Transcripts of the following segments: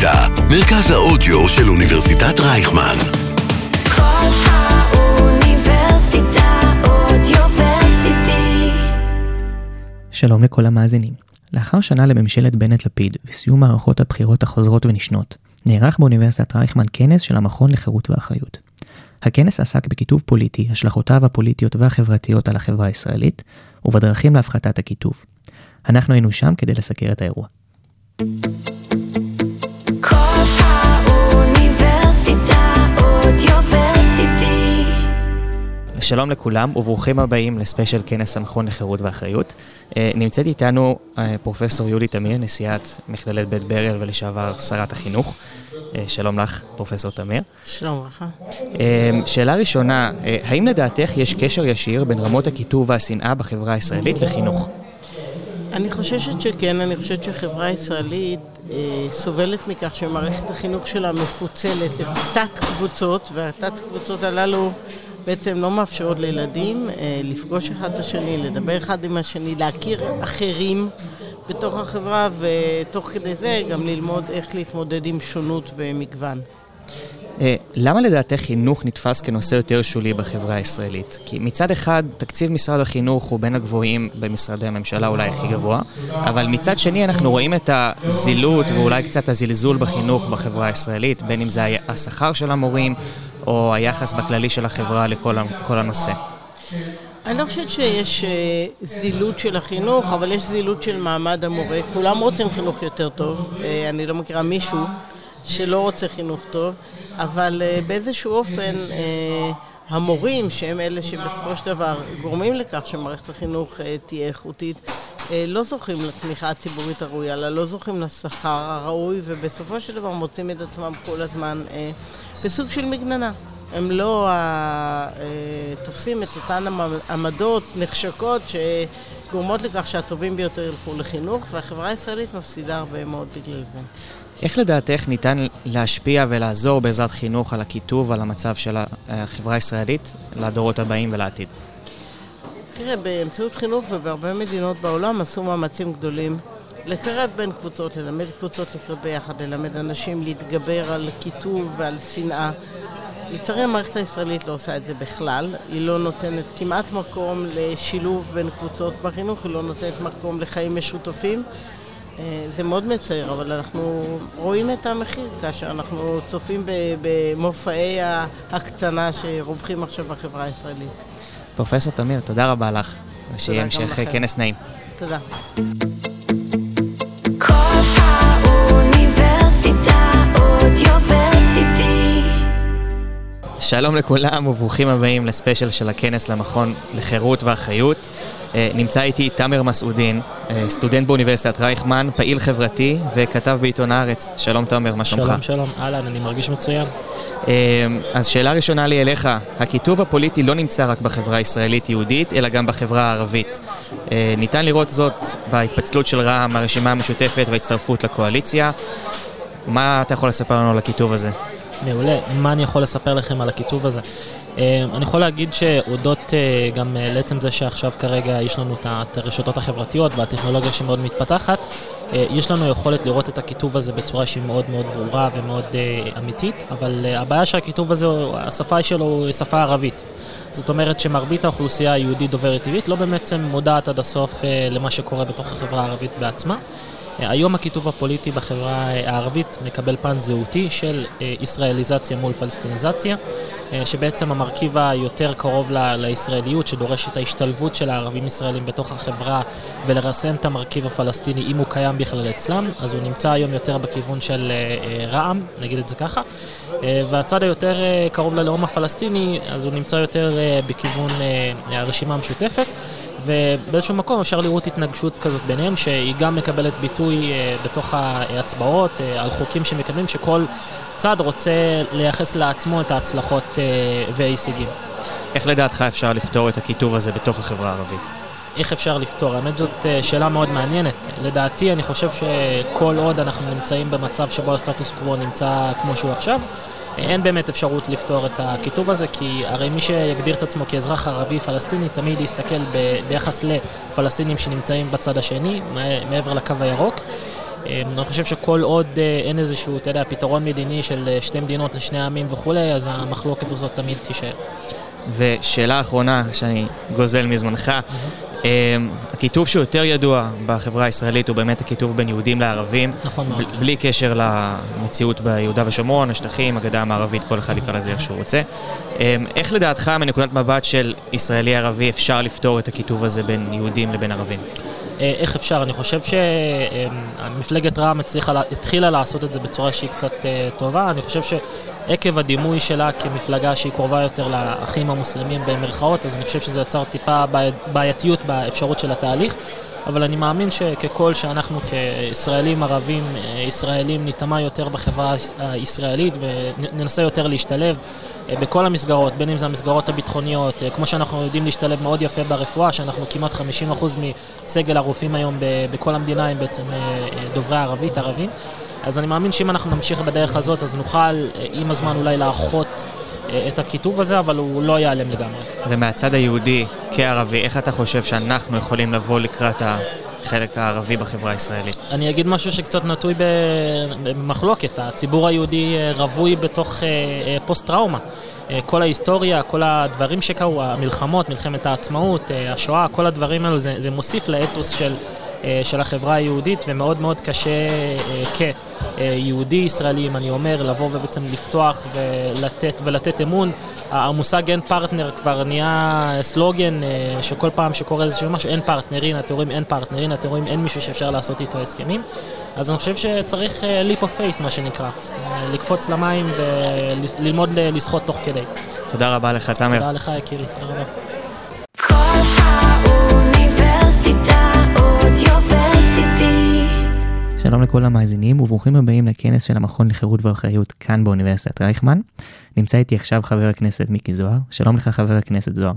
אוניברסיטה, מרכז האודיו של אוניברסיטת רייכמן. כל האוניברסיטה אודיוורסיטי. שלום לכל המאזינים. לאחר שנה לממשלת בנט-לפיד וסיום מערכות הבחירות החוזרות ונשנות, נערך באוניברסיטת רייכמן כנס של המכון לחירות ואחריות. הכנס עסק בכיתוב פוליטי, השלכותיו הפוליטיות והחברתיות על החברה הישראלית, ובדרכים להפחתת הכיתוב. אנחנו היינו שם כדי לסקר את האירוע. כל האוניברסיטה אודיוורסיטי. שלום לכולם וברוכים הבאים לספיישל כנס המכון לחירות ואחריות. נמצאת איתנו פרופסור יולי תמיר, נשיאת מכללת בית ברל ולשעבר שרת החינוך. שלום לך, פרופסור תמיר. שלום לך. שאלה ראשונה, האם לדעתך יש קשר ישיר בין רמות הכיתוב והשנאה בחברה הישראלית לחינוך? אני חוששת שכן, אני חושבת שהחברה הישראלית סובלת מכך שמערכת החינוך שלה מפוצלת לתת קבוצות, והתת קבוצות הללו בעצם לא מאפשרות לילדים לפגוש אחד את השני, לדבר אחד עם השני, להכיר אחרים בתוך החברה, ותוך כדי זה גם ללמוד איך להתמודד עם שונות במגוון. למה לדעתך חינוך נתפס כנושא יותר שולי בחברה הישראלית? כי מצד אחד, תקציב משרד החינוך הוא בין הגבוהים במשרדי הממשלה, אולי הכי גבוה, אבל מצד שני אנחנו רואים את הזילות ואולי קצת הזלזול בחינוך בחברה הישראלית, בין אם זה השכר של המורים או היחס בכללי של החברה לכל הנושא. אני לא חושבת שיש זילות של החינוך, אבל יש זילות של מעמד המורה. כולם רוצים חינוך יותר טוב, אני לא מכירה מישהו שלא רוצה חינוך טוב, אבל באיזשהו אופן המורים, שהם אלה שבסופו של דבר גורמים לכך שמערכת החינוך תהיה איכותית, לא זוכים לתמיכה הציבורית הראויה, לא זוכים לשכר הראוי, ובסופו של דבר מוצאים את עצמם כל הזמן בסוג של מגננה. הם לא תופסים את אותן עמדות נחשקות שגורמות לכך שהטובים ביותר ילכו לחינוך, והחברה הישראלית מפסידה הרבה מאוד בגלל זה. איך לדעתך ניתן להשפיע ולעזור בעזרת חינוך על הכיתוב ועל המצב של החברה הישראלית לדורות הבאים ולעתיד? תראה, באמצעות חינוך ובהרבה מדינות בעולם עשו מאמצים גדולים לקרב בין קבוצות, ללמד קבוצות לחיות ביחד, ללמד אנשים להתגבר על כיתוב ועל שנאה. לצערי המערכת הישראלית לא עושה את זה בכלל, היא לא נותנת כמעט מקום לשילוב בין קבוצות בחינוך, היא לא נותנת מקום לחיים משותפים. זה מאוד מצער, אבל אנחנו רואים את המחיר כאשר אנחנו צופים במופעי ההקצנה שרווחים עכשיו בחברה הישראלית. פרופסור תמיר, תודה רבה לך, ושיהיה המשך כנס נעים. תודה. כל האוניברסיטה אודיוורסיטי. שלום לכולם וברוכים הבאים לספיישל של הכנס למכון לחירות ואחריות. נמצא איתי תמר מסעודין, סטודנט באוניברסיטת רייכמן, פעיל חברתי וכתב בעיתון הארץ. שלום תמר, מה שלומך? שלום, אהלן, אני מרגיש מצוין. אז שאלה ראשונה לי אליך, הכיתוב הפוליטי לא נמצא רק בחברה הישראלית יהודית, אלא גם בחברה הערבית. ניתן לראות זאת בהתפצלות של רע"מ, הרשימה המשותפת וההצטרפות לקואליציה. מה אתה יכול לספר לנו על הכיתוב הזה? מעולה, מה אני יכול לספר לכם על הכיתוב הזה? אני יכול להגיד שהודות גם לעצם זה שעכשיו כרגע יש לנו את הרשתות החברתיות והטכנולוגיה שמאוד מתפתחת, יש לנו יכולת לראות את הכיתוב הזה בצורה שהיא מאוד מאוד ברורה ומאוד אמיתית, אבל הבעיה שהכיתוב הזה, השפה שלו היא שפה ערבית. זאת אומרת שמרבית האוכלוסייה היהודית דוברת עברית לא באמת מודעת עד הסוף למה שקורה בתוך החברה הערבית בעצמה. היום הכיתוב הפוליטי בחברה הערבית מקבל פן זהותי של ישראליזציה מול פלסטיניזציה, שבעצם המרכיב היותר קרוב לישראליות, שדורש את ההשתלבות של הערבים ישראלים בתוך החברה ולרסן את המרכיב הפלסטיני אם הוא קיים בכלל אצלם, אז הוא נמצא היום יותר בכיוון של רע"מ, נגיד את זה ככה, והצד היותר קרוב ללאום הפלסטיני, אז הוא נמצא יותר בכיוון הרשימה המשותפת, ובאיזשהו מקום אפשר לראות התנגשות כזאת ביניהם, שהיא גם מקבלת ביטוי בתוך ההצבעות על חוקים שמקדמים, שכל צד רוצה לייחס לעצמו את ההצלחות וההישגים. איך לדעתך אפשר לפתור את הכיתוב הזה בתוך החברה הערבית? איך אפשר לפתור? האמת זאת שאלה מאוד מעניינת. לדעתי אני חושב שכל עוד אנחנו נמצאים במצב שבו הסטטוס קוו נמצא כמו שהוא עכשיו, אין באמת אפשרות לפתור את הכיתוב הזה, כי הרי מי שיגדיר את עצמו כאזרח ערבי פלסטיני תמיד יסתכל ביחס לפלסטינים שנמצאים בצד השני, מעבר לקו הירוק, אני חושב שכל עוד אין איזשהו, אתה יודע, פתרון מדיני של שתי מדינות לשני עמים וכולי, אז המחלוקת הזאת תמיד תישאר. ושאלה אחרונה שאני גוזל מזמנך, הכיתוב שהוא יותר ידוע בחברה הישראלית הוא באמת הכיתוב בין יהודים לערבים, נכון מאוד. בלי קשר למציאות ביהודה ושומרון, השטחים, הגדה המערבית, כל אחד יקרא לזה איך שהוא רוצה. איך לדעתך מנקודת מבט של ישראלי ערבי אפשר לפתור את הכיתוב הזה בין יהודים לבין ערבים? איך אפשר? אני חושב שמפלגת רע"מ התחילה לעשות את זה בצורה שהיא קצת טובה. אני חושב שעקב הדימוי שלה כמפלגה שהיא קרובה יותר לאחים המוסלמים במרכאות, אז אני חושב שזה יצר טיפה בעייתיות באפשרות של התהליך. אבל אני מאמין שככל שאנחנו כישראלים ערבים, ישראלים נטמע יותר בחברה הישראלית וננסה יותר להשתלב בכל המסגרות, בין אם זה המסגרות הביטחוניות, כמו שאנחנו יודעים להשתלב מאוד יפה ברפואה, שאנחנו כמעט 50% מסגל הרופאים היום בכל המדינה הם בעצם דוברי ערבית, ערבים. אז אני מאמין שאם אנחנו נמשיך בדרך הזאת, אז נוכל עם הזמן אולי לאחות את הכיתוב הזה, אבל הוא לא ייעלם לגמרי. ומהצד היהודי כערבי, איך אתה חושב שאנחנו יכולים לבוא לקראת החלק הערבי בחברה הישראלית? אני אגיד משהו שקצת נטוי במחלוקת. הציבור היהודי רווי בתוך פוסט-טראומה. כל ההיסטוריה, כל הדברים שקרו, המלחמות, מלחמת העצמאות, השואה, כל הדברים האלו, זה מוסיף לאתוס של החברה היהודית, ומאוד מאוד קשה כיהודי ישראלי, אם אני אומר, לבוא ובעצם לפתוח ולתת אמון. המושג אין פרטנר כבר נהיה סלוגן, שכל פעם שקורה איזשהו משהו, אין פרטנרין, התיאורים אין פרטנרין, התיאורים אין מישהו שאפשר לעשות איתו הסכמים. אז אני חושב שצריך leap of faith, מה שנקרא, לקפוץ למים וללמוד לשחות תוך כדי. תודה רבה לך, תאמר. תודה לך, יקירי, תודה רבה. כל האוניברסיטה אודיוורסיטי. שלום לכל המאזינים וברוכים הבאים לכנס של המכון לחירות ואחריות כאן באוניברסיטת רייכמן. נמצא איתי עכשיו חבר הכנסת מיקי זוהר. שלום לך חבר הכנסת זוהר.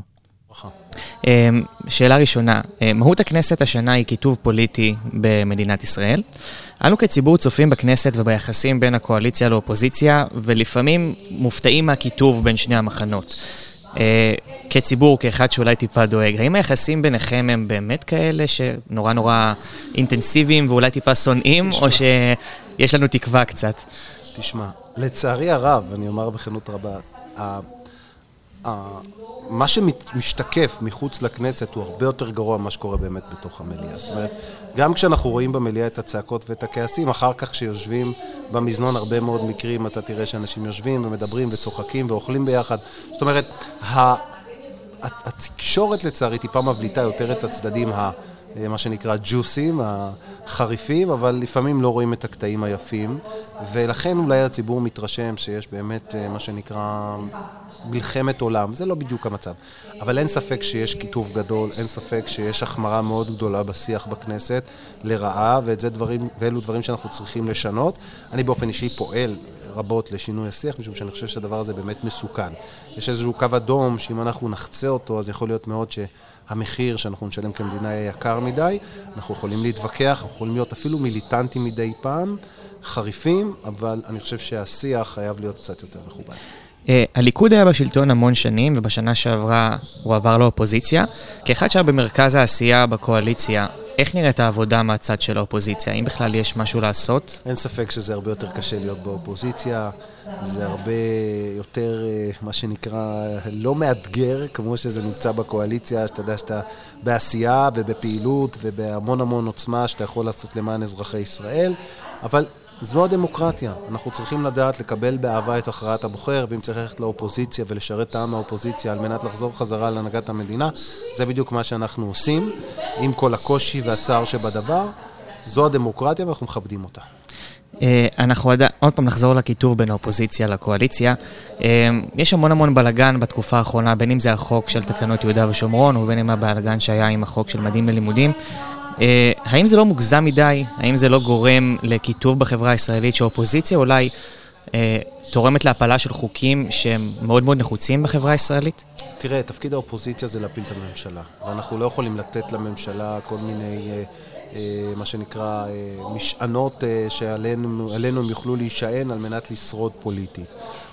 שאלה ראשונה, מהות הכנסת השנה היא כיתוב פוליטי במדינת ישראל. אנו כציבור צופים בכנסת וביחסים בין הקואליציה לאופוזיציה, ולפעמים מופתעים מהכיתוב בין שני המחנות. כציבור, כאחד שאולי טיפה דואג, האם היחסים ביניכם הם באמת כאלה שנורא נורא אינטנסיביים ואולי טיפה שונאים, או שיש לנו תקווה קצת? תשמע, לצערי הרב, אני אומר בכנות רבה, מה שמשתקף מחוץ לכנסת הוא הרבה יותר גרוע ממה שקורה באמת בתוך המליאה. זאת אומרת, גם כשאנחנו רואים במליאה את הצעקות ואת הכעסים, אחר כך שיושבים במזנון הרבה מאוד מקרים, אתה תראה שאנשים יושבים ומדברים וצוחקים ואוכלים ביחד. זאת אומרת, התקשורת לצערי טיפה מבליטה יותר את הצדדים מה שנקרא ג'וסים, החריפים, אבל לפעמים לא רואים את הקטעים היפים, ולכן אולי הציבור מתרשם שיש באמת מה שנקרא מלחמת עולם. זה לא בדיוק המצב. אבל אין ספק שיש כיתוב גדול, אין ספק שיש החמרה מאוד גדולה בשיח בכנסת לרעה, ואלו דברים שאנחנו צריכים לשנות. אני באופן אישי פועל רבות לשינוי השיח, משום שאני חושב שהדבר הזה באמת מסוכן. יש איזשהו קו אדום שאם אנחנו נחצה אותו, אז יכול להיות מאוד שהמחיר שאנחנו נשלם כמדינה יהיה יקר מדי. אנחנו יכולים להתווכח, אנחנו יכולים להיות אפילו מיליטנטים מדי פעם, חריפים, אבל אני חושב שהשיח חייב להיות קצת יותר מכובד. הליכוד היה בשלטון המון שנים, ובשנה שעברה הוא עבר לאופוזיציה. כאחד שהיה במרכז העשייה בקואליציה, איך נראית העבודה מהצד של האופוזיציה? האם בכלל יש משהו לעשות? אין ספק שזה הרבה יותר קשה להיות באופוזיציה. זה הרבה יותר, מה שנקרא, לא מאתגר, כמו שזה נמצא בקואליציה, שאתה יודע שאתה בעשייה ובפעילות ובהמון המון עוצמה שאתה יכול לעשות למען אזרחי ישראל. אבל זו הדמוקרטיה. אנחנו צריכים לדעת לקבל באהבה את הכרעת הבוחר, ואם צריך ללכת לאופוזיציה ולשרת העם האופוזיציה על מנת לחזור חזרה להנהגת המדינה, זה בדיוק מה שאנחנו עושים, עם כל הקושי והצער שבדבר. זו הדמוקרטיה ואנחנו מכבדים אותה. אנחנו עוד פעם נחזור לכיתוב בין האופוזיציה לקואליציה. יש המון בלגן בתקופה האחרונה, בין אם זה החוק של תקנות יהודה ושומרון, ובין אם הבלגן שהיה עם החוק של מדים ללימודים. האם זה לא מוגזם מדי? האם זה לא גורם לכיתוב בחברה הישראלית שהאופוזיציה אולי תורמת להפלה של חוקים שהם מאוד מאוד נחוצים בחברה הישראלית? תראה, תפקיד האופוזיציה זה להפיל את הממשלה, ואנחנו לא יכולים לתת לממשלה כל מיני, מה שנקרא, משענות שעלינו הם יוכלו להישען על מנת לשרוד פוליטית.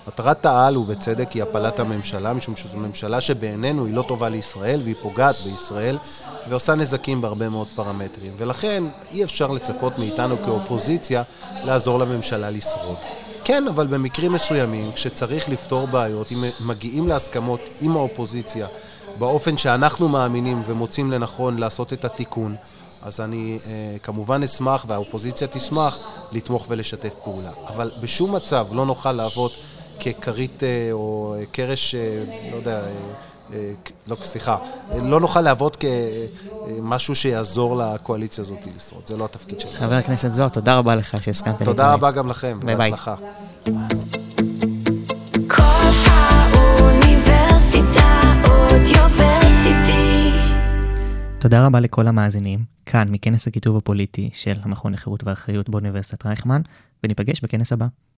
מטרת העל ובצדק היא הפלת הממשלה, משום שזו ממשלה שבעינינו היא לא טובה לישראל והיא פוגעת בישראל ועושה נזקים בהרבה מאוד פרמטרים. ולכן אי אפשר לצפות מאיתנו כאופוזיציה לעזור לממשלה לשרוד. כן, אבל במקרים מסוימים, כשצריך לפתור בעיות, אם מגיעים להסכמות עם האופוזיציה באופן שאנחנו מאמינים ומוצאים לנכון לעשות את התיקון, אז אני כמובן אשמח והאופוזיציה תשמח לתמוך ולשתף פעולה. אבל בשום מצב לא נוכל לעבוד כקרית או קרש, לא יודע, לא נוכל לעבוד כמשהו שיעזור לקואליציה הזאת לשרוד. זה לא התפקיד שלנו. חבר הכנסת זוהר, תודה רבה לך שהסכמתם. תודה רבה גם לכם. ביי ביי. בהצלחה. כל האוניברסיטה אודיוורסיטי. תודה רבה לכל המאזינים, כאן מכנס הכיתוב הפוליטי של המכון לחירות ואחריות באוניברסיטת רייכמן, וניפגש בכנס הבא.